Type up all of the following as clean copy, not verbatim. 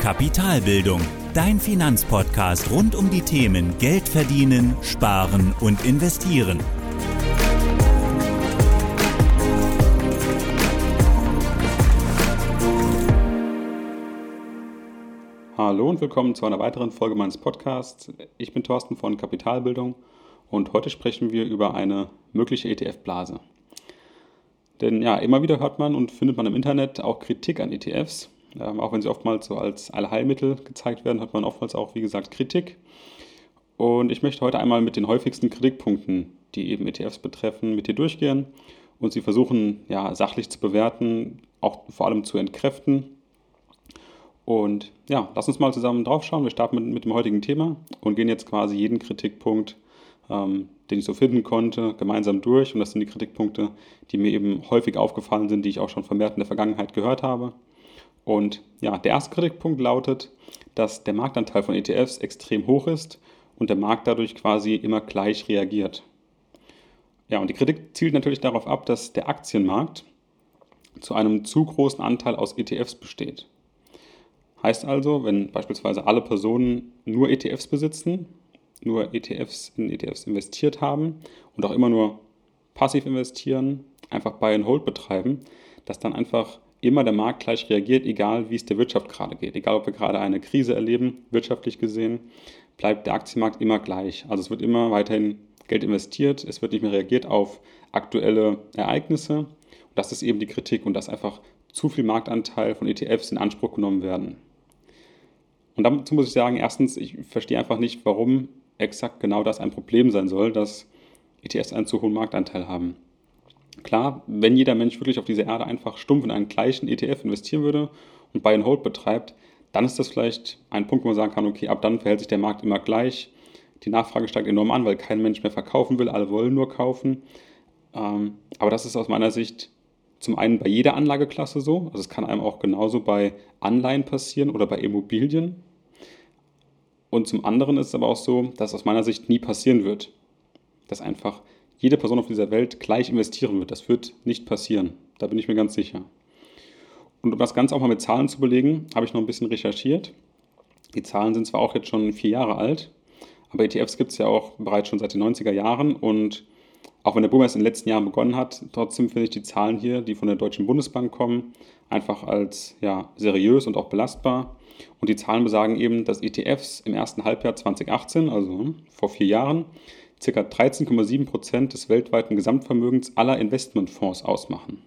Kapitalbildung, dein Finanzpodcast rund um die Themen Geld verdienen, sparen und investieren. Hallo und willkommen zu einer weiteren Folge meines Podcasts. Ich bin Thorsten von Kapitalbildung und heute sprechen wir über eine mögliche ETF-Blase. Denn ja, immer wieder hört man und findet man im Internet auch Kritik an ETFs. Auch wenn sie oftmals so als Allheilmittel gezeigt werden, hat man oftmals auch, wie gesagt, Kritik. Und ich möchte heute einmal mit den häufigsten Kritikpunkten, die eben ETFs betreffen, mit dir durchgehen und sie versuchen, ja, sachlich zu bewerten, auch vor allem zu entkräften. Und ja, lass uns mal zusammen drauf schauen. Wir starten mit dem heutigen Thema und gehen jetzt quasi jeden Kritikpunkt, den ich so finden konnte, gemeinsam durch. Und das sind die Kritikpunkte, die mir eben häufig aufgefallen sind, die ich auch schon vermehrt in der Vergangenheit gehört habe. Und ja, der erste Kritikpunkt lautet, dass der Marktanteil von ETFs extrem hoch ist und der Markt dadurch quasi immer gleich reagiert. Ja, und die Kritik zielt natürlich darauf ab, dass der Aktienmarkt zu einem zu großen Anteil aus ETFs besteht. Heißt also, wenn beispielsweise alle Personen nur ETFs besitzen, nur ETFs in ETFs investiert haben und auch immer nur passiv investieren, einfach Buy and Hold betreiben, dass dann einfach immer der Markt gleich reagiert, egal wie es der Wirtschaft gerade geht. Egal, ob wir gerade eine Krise erleben, wirtschaftlich gesehen, bleibt der Aktienmarkt immer gleich. Also es wird immer weiterhin Geld investiert, es wird nicht mehr reagiert auf aktuelle Ereignisse. Und das ist eben die Kritik und dass einfach zu viel Marktanteil von ETFs in Anspruch genommen werden. Und dazu muss ich sagen, erstens, ich verstehe einfach nicht, warum exakt genau das ein Problem sein soll, dass ETFs einen zu hohen Marktanteil haben. Klar, wenn jeder Mensch wirklich auf dieser Erde einfach stumpf in einen gleichen ETF investieren würde und Buy and Hold betreibt, dann ist das vielleicht ein Punkt, wo man sagen kann, okay, ab dann verhält sich der Markt immer gleich. Die Nachfrage steigt enorm an, weil kein Mensch mehr verkaufen will, alle wollen nur kaufen. Aber das ist aus meiner Sicht zum einen bei jeder Anlageklasse so, also es kann einem auch genauso bei Anleihen passieren oder bei Immobilien. Und zum anderen ist es aber auch so, dass aus meiner Sicht nie passieren wird, dass einfach jede Person auf dieser Welt gleich investieren wird. Das wird nicht passieren, da bin ich mir ganz sicher. Und um das Ganze auch mal mit Zahlen zu belegen, habe ich noch ein bisschen recherchiert. Die Zahlen sind zwar auch jetzt schon 4 Jahre alt, aber ETFs gibt es ja auch bereits schon seit den 90er Jahren und auch wenn der Boom erst in den letzten Jahren begonnen hat, trotzdem finde ich die Zahlen hier, die von der Deutschen Bundesbank kommen, einfach als seriös und auch belastbar. Und die Zahlen besagen eben, dass ETFs im ersten Halbjahr 2018, also vor 4 Jahren, ca. 13,7% des weltweiten Gesamtvermögens aller Investmentfonds ausmachen.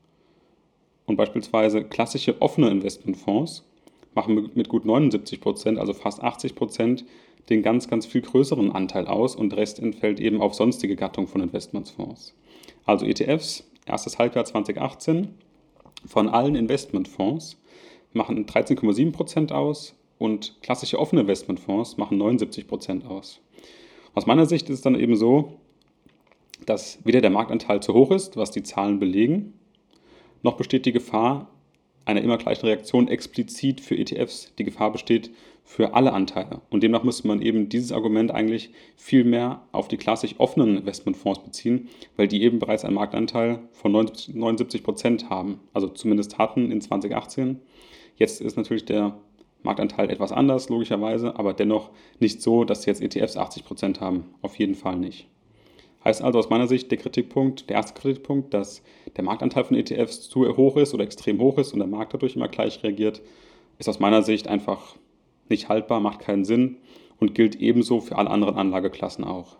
Und beispielsweise klassische offene Investmentfonds machen mit gut 79%, also fast 80%, den ganz, ganz viel größeren Anteil aus und der Rest entfällt eben auf sonstige Gattungen von Investmentfonds. Also ETFs, erstes Halbjahr 2018, von allen Investmentfonds machen 13,7% aus und klassische offene Investmentfonds machen 79% aus. Aus meiner Sicht ist es dann eben so, dass weder der Marktanteil zu hoch ist, was die Zahlen belegen, noch besteht die Gefahr einer immer gleichen Reaktion explizit für ETFs. Die Gefahr besteht für alle Anteile. Und demnach müsste man eben dieses Argument eigentlich viel mehr auf die klassisch offenen Investmentfonds beziehen, weil die eben bereits einen Marktanteil von 79% haben. Also zumindest hatten in 2018. Jetzt ist natürlich der Marktanteil etwas anders, logischerweise, aber dennoch nicht so, dass jetzt ETFs 80% haben. Auf jeden Fall nicht. Heißt also aus meiner Sicht der erste Kritikpunkt, dass der Marktanteil von ETFs zu hoch ist oder extrem hoch ist und der Markt dadurch immer gleich reagiert, ist aus meiner Sicht einfach nicht haltbar, macht keinen Sinn und gilt ebenso für alle anderen Anlageklassen auch.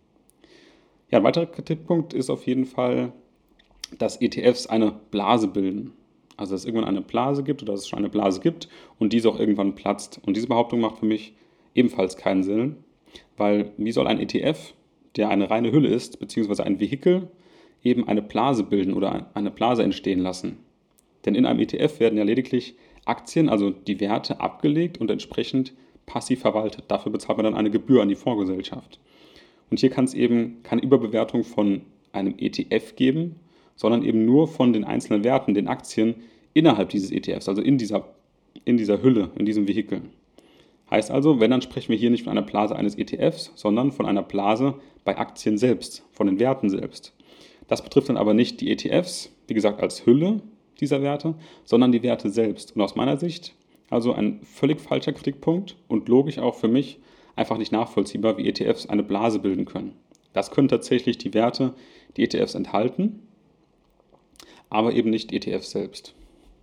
Ja, ein weiterer Kritikpunkt ist auf jeden Fall, dass ETFs eine Blase bilden. Also dass es irgendwann eine Blase gibt oder dass es schon eine Blase gibt und diese auch irgendwann platzt. Und diese Behauptung macht für mich ebenfalls keinen Sinn, weil wie soll ein ETF, der eine reine Hülle ist, beziehungsweise ein Vehikel, eben eine Blase bilden oder eine Blase entstehen lassen? Denn in einem ETF werden ja lediglich Aktien, also die Werte, abgelegt und entsprechend passiv verwaltet. Dafür bezahlt man dann eine Gebühr an die Fondsgesellschaft. Und hier kann es eben keine Überbewertung von einem ETF geben, sondern eben nur von den einzelnen Werten, den Aktien innerhalb dieses ETFs, also in dieser Hülle, in diesem Vehikel. Heißt also, wenn, dann sprechen wir hier nicht von einer Blase eines ETFs, sondern von einer Blase bei Aktien selbst, von den Werten selbst. Das betrifft dann aber nicht die ETFs, wie gesagt, als Hülle dieser Werte, sondern die Werte selbst. Und aus meiner Sicht Also ein völlig falscher Kritikpunkt und logisch auch für mich einfach nicht nachvollziehbar, wie ETFs eine Blase bilden können. Das können tatsächlich die Werte, die ETFs enthalten, aber eben nicht ETFs selbst.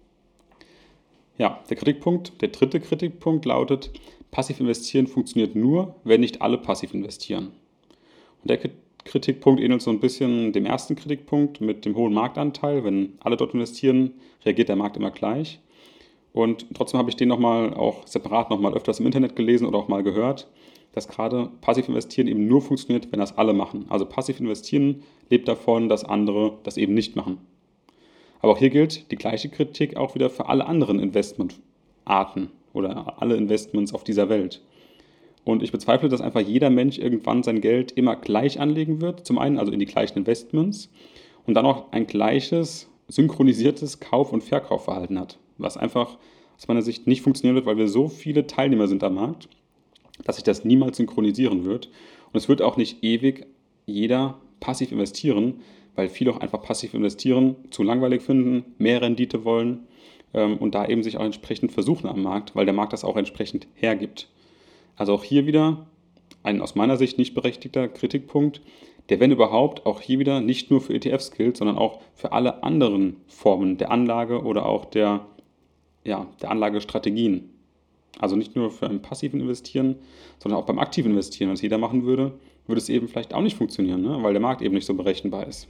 Ja, der dritte Kritikpunkt lautet, passiv investieren funktioniert nur, wenn nicht alle passiv investieren. Und der Kritikpunkt ähnelt so ein bisschen dem ersten Kritikpunkt mit dem hohen Marktanteil. Wenn alle dort investieren, reagiert der Markt immer gleich. Und trotzdem habe ich den auch separat öfters im Internet gelesen oder auch mal gehört, dass gerade passiv investieren eben nur funktioniert, wenn das alle machen. Also passiv investieren lebt davon, dass andere das eben nicht machen. Aber auch hier gilt die gleiche Kritik auch wieder für alle anderen Investmentarten oder alle Investments auf dieser Welt. Und ich bezweifle, dass einfach jeder Mensch irgendwann sein Geld immer gleich anlegen wird. Zum einen also in die gleichen Investments und dann auch ein gleiches, synchronisiertes Kauf- und Verkaufverhalten hat. Was einfach aus meiner Sicht nicht funktionieren wird, weil wir so viele Teilnehmer sind am Markt, dass sich das niemals synchronisieren wird. Und es wird auch nicht ewig jeder passiv investieren, weil viele auch einfach passiv investieren, zu langweilig finden, mehr Rendite wollen und da eben sich auch entsprechend versuchen am Markt, weil der Markt das auch entsprechend hergibt. Also auch hier wieder ein aus meiner Sicht nicht berechtigter Kritikpunkt, der, wenn überhaupt, auch hier wieder nicht nur für ETFs gilt, sondern auch für alle anderen Formen der Anlage oder auch der Anlagestrategien. Also nicht nur für ein passiven Investieren, sondern auch beim aktiven Investieren. Wenn es jeder machen würde, würde es eben vielleicht auch nicht funktionieren, ne? Weil der Markt eben nicht so berechenbar ist.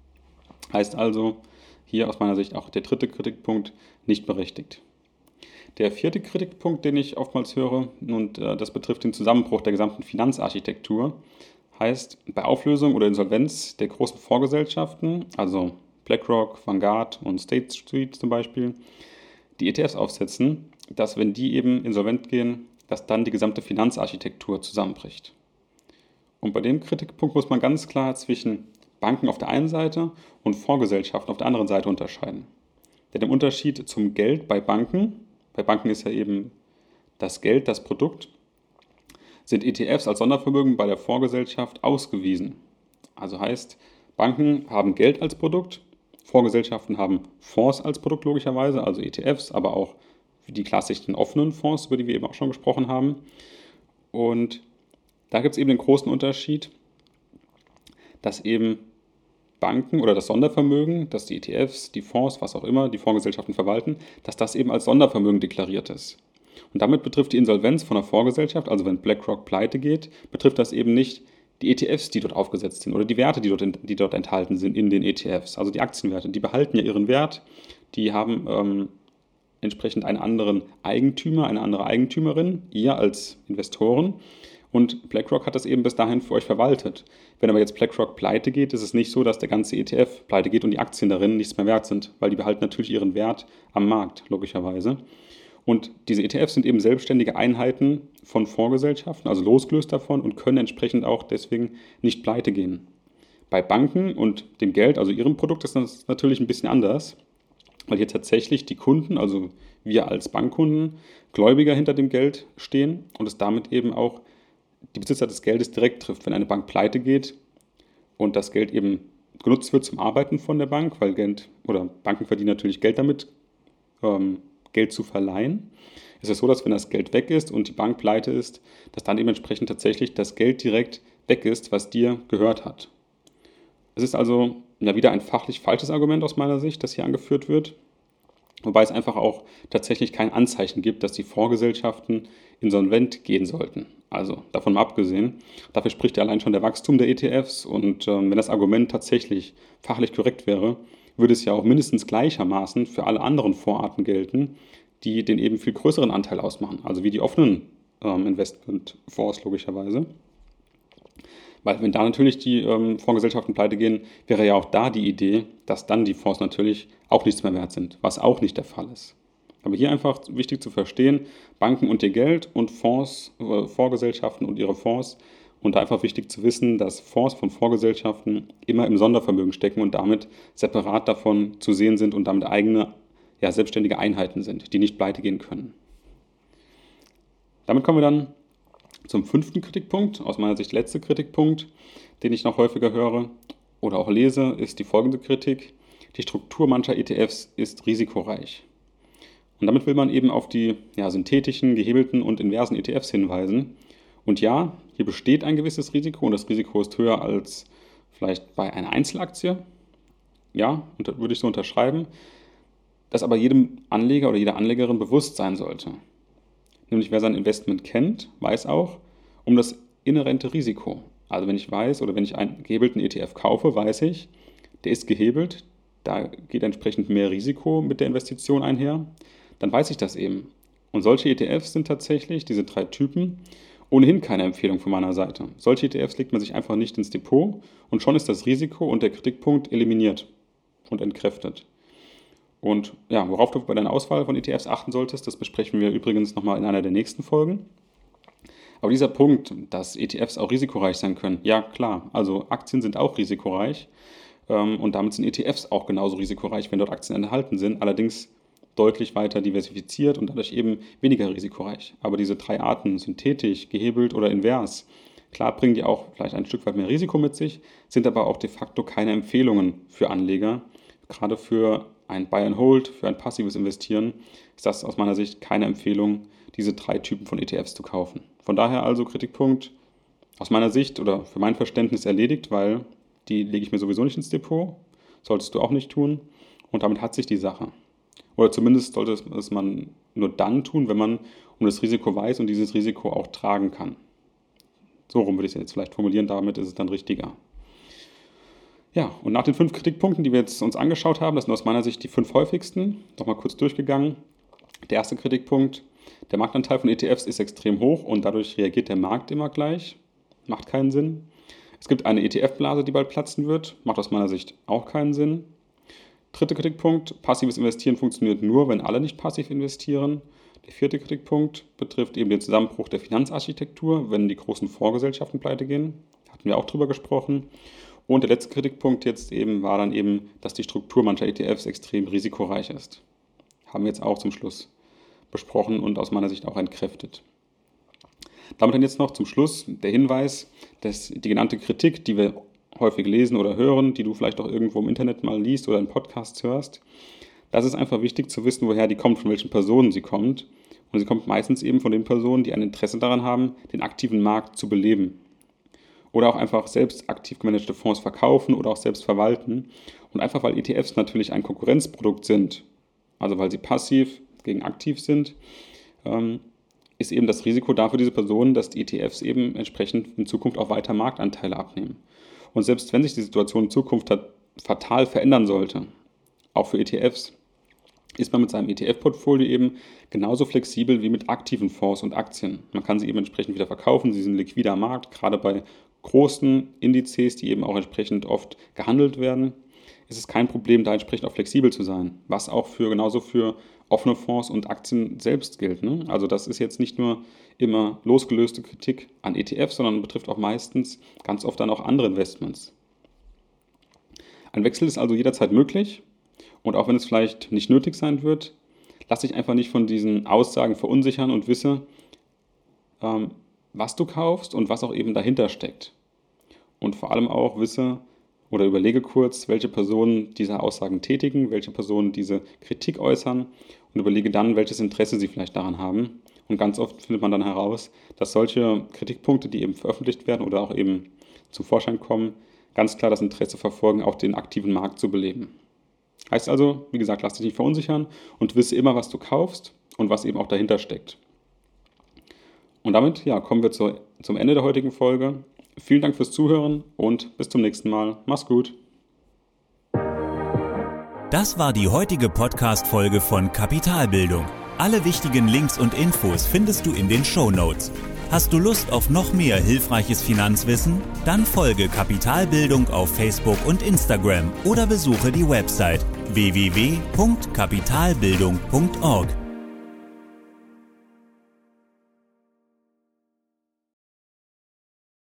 Heißt also, hier aus meiner Sicht auch der dritte Kritikpunkt nicht berechtigt. Der vierte Kritikpunkt, den ich oftmals höre, und das betrifft den Zusammenbruch der gesamten Finanzarchitektur, heißt bei Auflösung oder Insolvenz der großen Fondsgesellschaften, also BlackRock, Vanguard und State Street zum Beispiel, die ETFs aufsetzen, dass wenn die eben insolvent gehen, dass dann die gesamte Finanzarchitektur zusammenbricht. Und bei dem Kritikpunkt muss man ganz klar zwischen Banken auf der einen Seite und Fondsgesellschaften auf der anderen Seite unterscheiden. Denn im Unterschied zum Geld bei Banken ist ja eben das Geld, das Produkt, sind ETFs als Sondervermögen bei der Fondsgesellschaft ausgewiesen. Also heißt, Banken haben Geld als Produkt, Fondsgesellschaften haben Fonds als Produkt logischerweise, also ETFs, aber auch die klassischen offenen Fonds, über die wir eben auch schon gesprochen haben. Und da gibt es eben den großen Unterschied, dass eben Banken oder das Sondervermögen, dass die ETFs, die Fonds, was auch immer, die Fondsgesellschaften verwalten, dass das eben als Sondervermögen deklariert ist. Und damit betrifft die Insolvenz von einer Fondsgesellschaft, also wenn BlackRock pleite geht, betrifft das eben nicht die ETFs, die dort aufgesetzt sind oder die Werte, die dort enthalten sind in den ETFs, also die Aktienwerte. Die behalten ja ihren Wert, die haben entsprechend einen anderen Eigentümer, eine andere Eigentümerin, ihr als Investoren. Und BlackRock hat das eben bis dahin für euch verwaltet. Wenn aber jetzt BlackRock pleite geht, ist es nicht so, dass der ganze ETF pleite geht und die Aktien darin nichts mehr wert sind, weil die behalten natürlich ihren Wert am Markt, logischerweise. Und diese ETFs sind eben selbstständige Einheiten von Fondsgesellschaften, also losgelöst davon und können entsprechend auch deswegen nicht pleite gehen. Bei Banken und dem Geld, also ihrem Produkt, ist das natürlich ein bisschen anders, weil hier tatsächlich die Kunden, also wir als Bankkunden, Gläubiger hinter dem Geld stehen und es damit eben auch die Besitzer des Geldes direkt trifft. Wenn eine Bank pleite geht und das Geld eben genutzt wird zum Arbeiten von der Bank, weil Banken verdienen natürlich Geld damit, Geld zu verleihen, ist es so, dass wenn das Geld weg ist und die Bank pleite ist, dass dann dementsprechend tatsächlich das Geld direkt weg ist, was dir gehört hat. Es ist also wieder ein fachlich falsches Argument aus meiner Sicht, das hier angeführt wird, wobei es einfach auch tatsächlich kein Anzeichen gibt, dass die Fondsgesellschaften insolvent gehen sollten. Also davon mal abgesehen, dafür spricht ja allein schon der Wachstum der ETFs und wenn das Argument tatsächlich fachlich korrekt wäre, würde es ja auch mindestens gleichermaßen für alle anderen Fondsarten gelten, die den eben viel größeren Anteil ausmachen, also wie die offenen Investmentfonds logischerweise. Weil wenn da natürlich die Fondsgesellschaften pleite gehen, wäre ja auch da die Idee, dass dann die Fonds natürlich auch nichts mehr wert sind, was auch nicht der Fall ist. Aber hier einfach wichtig zu verstehen, Banken und ihr Geld und Fondsgesellschaften und ihre Fonds. Und da einfach wichtig zu wissen, dass Fonds von Fondsgesellschaften immer im Sondervermögen stecken und damit separat davon zu sehen sind und damit eigene, selbstständige Einheiten sind, die nicht pleite gehen können. Damit kommen wir dann zum 5. Kritikpunkt, aus meiner Sicht letzte Kritikpunkt, den ich noch häufiger höre oder auch lese, ist die folgende Kritik. Die Struktur mancher ETFs ist risikoreich. Und damit will man eben auf die synthetischen, gehebelten und inversen ETFs hinweisen. Und ja, hier besteht ein gewisses Risiko und das Risiko ist höher als vielleicht bei einer Einzelaktie. Ja, und das würde ich so unterschreiben, das aber jedem Anleger oder jeder Anlegerin bewusst sein sollte. Nämlich wer sein Investment kennt, weiß auch um das inhärente Risiko. Also wenn ich weiß oder wenn ich einen gehebelten ETF kaufe, weiß ich, der ist gehebelt, da geht entsprechend mehr Risiko mit der Investition einher, dann weiß ich das eben. Und solche ETFs sind tatsächlich, diese 3 Typen, ohnehin keine Empfehlung von meiner Seite. Solche ETFs legt man sich einfach nicht ins Depot und schon ist das Risiko und der Kritikpunkt eliminiert und entkräftet. Und ja, worauf du bei deiner Auswahl von ETFs achten solltest, das besprechen wir übrigens nochmal in einer der nächsten Folgen. Aber dieser Punkt, dass ETFs auch risikoreich sein können, ja klar, also Aktien sind auch risikoreich und damit sind ETFs auch genauso risikoreich, wenn dort Aktien enthalten sind, allerdings deutlich weiter diversifiziert und dadurch eben weniger risikoreich. Aber diese 3 Arten, synthetisch, gehebelt oder invers, klar bringen die auch vielleicht ein Stück weit mehr Risiko mit sich, sind aber auch de facto keine Empfehlungen für Anleger. Gerade für ein Buy and Hold, für ein passives Investieren ist das aus meiner Sicht keine Empfehlung, diese 3 Typen von ETFs zu kaufen. Von daher also Kritikpunkt aus meiner Sicht oder für mein Verständnis erledigt, weil die lege ich mir sowieso nicht ins Depot, solltest du auch nicht tun und damit hat sich die Sache. Oder zumindest sollte es man nur dann tun, wenn man um das Risiko weiß und dieses Risiko auch tragen kann. So rum würde ich es jetzt vielleicht formulieren, damit ist es dann richtiger. Ja, und nach den 5 Kritikpunkten, die wir jetzt uns angeschaut haben, das sind aus meiner Sicht die 5 häufigsten, nochmal kurz durchgegangen. Der erste Kritikpunkt, der Marktanteil von ETFs ist extrem hoch und dadurch reagiert der Markt immer gleich. Macht keinen Sinn. Es gibt eine ETF-Blase, die bald platzen wird. Macht aus meiner Sicht auch keinen Sinn. Dritter Kritikpunkt, passives Investieren funktioniert nur, wenn alle nicht passiv investieren. Der 4. Kritikpunkt betrifft eben den Zusammenbruch der Finanzarchitektur, wenn die großen Fondsgesellschaften pleite gehen. Hatten wir auch drüber gesprochen. Und der letzte Kritikpunkt jetzt eben war dann eben, dass die Struktur mancher ETFs extrem risikoreich ist. Haben wir jetzt auch zum Schluss besprochen und aus meiner Sicht auch entkräftet. Damit dann jetzt noch zum Schluss der Hinweis, dass die genannte Kritik, die wir häufig lesen oder hören, die du vielleicht auch irgendwo im Internet mal liest oder in Podcasts hörst, das ist einfach wichtig zu wissen, woher die kommt, von welchen Personen sie kommt. Und sie kommt meistens eben von den Personen, die ein Interesse daran haben, den aktiven Markt zu beleben. Oder auch einfach selbst aktiv gemanagte Fonds verkaufen oder auch selbst verwalten. Und einfach weil ETFs natürlich ein Konkurrenzprodukt sind, also weil sie passiv gegen aktiv sind, ist eben das Risiko da für diese Personen, dass die ETFs eben entsprechend in Zukunft auch weiter Marktanteile abnehmen. Und selbst wenn sich die Situation in Zukunft fatal verändern sollte, auch für ETFs, ist man mit seinem ETF-Portfolio eben genauso flexibel wie mit aktiven Fonds und Aktien. Man kann sie eben entsprechend wieder verkaufen, sie sind liquider am Markt, gerade bei großen Indizes, die eben auch entsprechend oft gehandelt werden, ist es kein Problem, da entsprechend auch flexibel zu sein, was auch genauso für offene Fonds und Aktien selbst gilt. Ne? Also das ist jetzt nicht nur immer losgelöste Kritik an ETFs, sondern betrifft auch meistens ganz oft dann auch andere Investments. Ein Wechsel ist also jederzeit möglich und auch wenn es vielleicht nicht nötig sein wird, lass dich einfach nicht von diesen Aussagen verunsichern und wisse, was du kaufst und was auch eben dahinter steckt. Und vor allem auch wisse oder überlege kurz, welche Personen diese Aussagen tätigen, welche Personen diese Kritik äußern und überlege dann, welches Interesse sie vielleicht daran haben. Und ganz oft findet man dann heraus, dass solche Kritikpunkte, die eben veröffentlicht werden oder auch eben zum Vorschein kommen, ganz klar das Interesse verfolgen, auch den aktiven Markt zu beleben. Heißt also, wie gesagt, lass dich nicht verunsichern und wisse immer, was du kaufst und was eben auch dahinter steckt. Und damit kommen wir zum Ende der heutigen Folge. Vielen Dank fürs Zuhören und bis zum nächsten Mal. Mach's gut. Das war die heutige Podcast-Folge von Kapitalbildung. Alle wichtigen Links und Infos findest du in den Shownotes. Hast du Lust auf noch mehr hilfreiches Finanzwissen? Dann folge Kapitalbildung auf Facebook und Instagram oder besuche die Website www.kapitalbildung.org.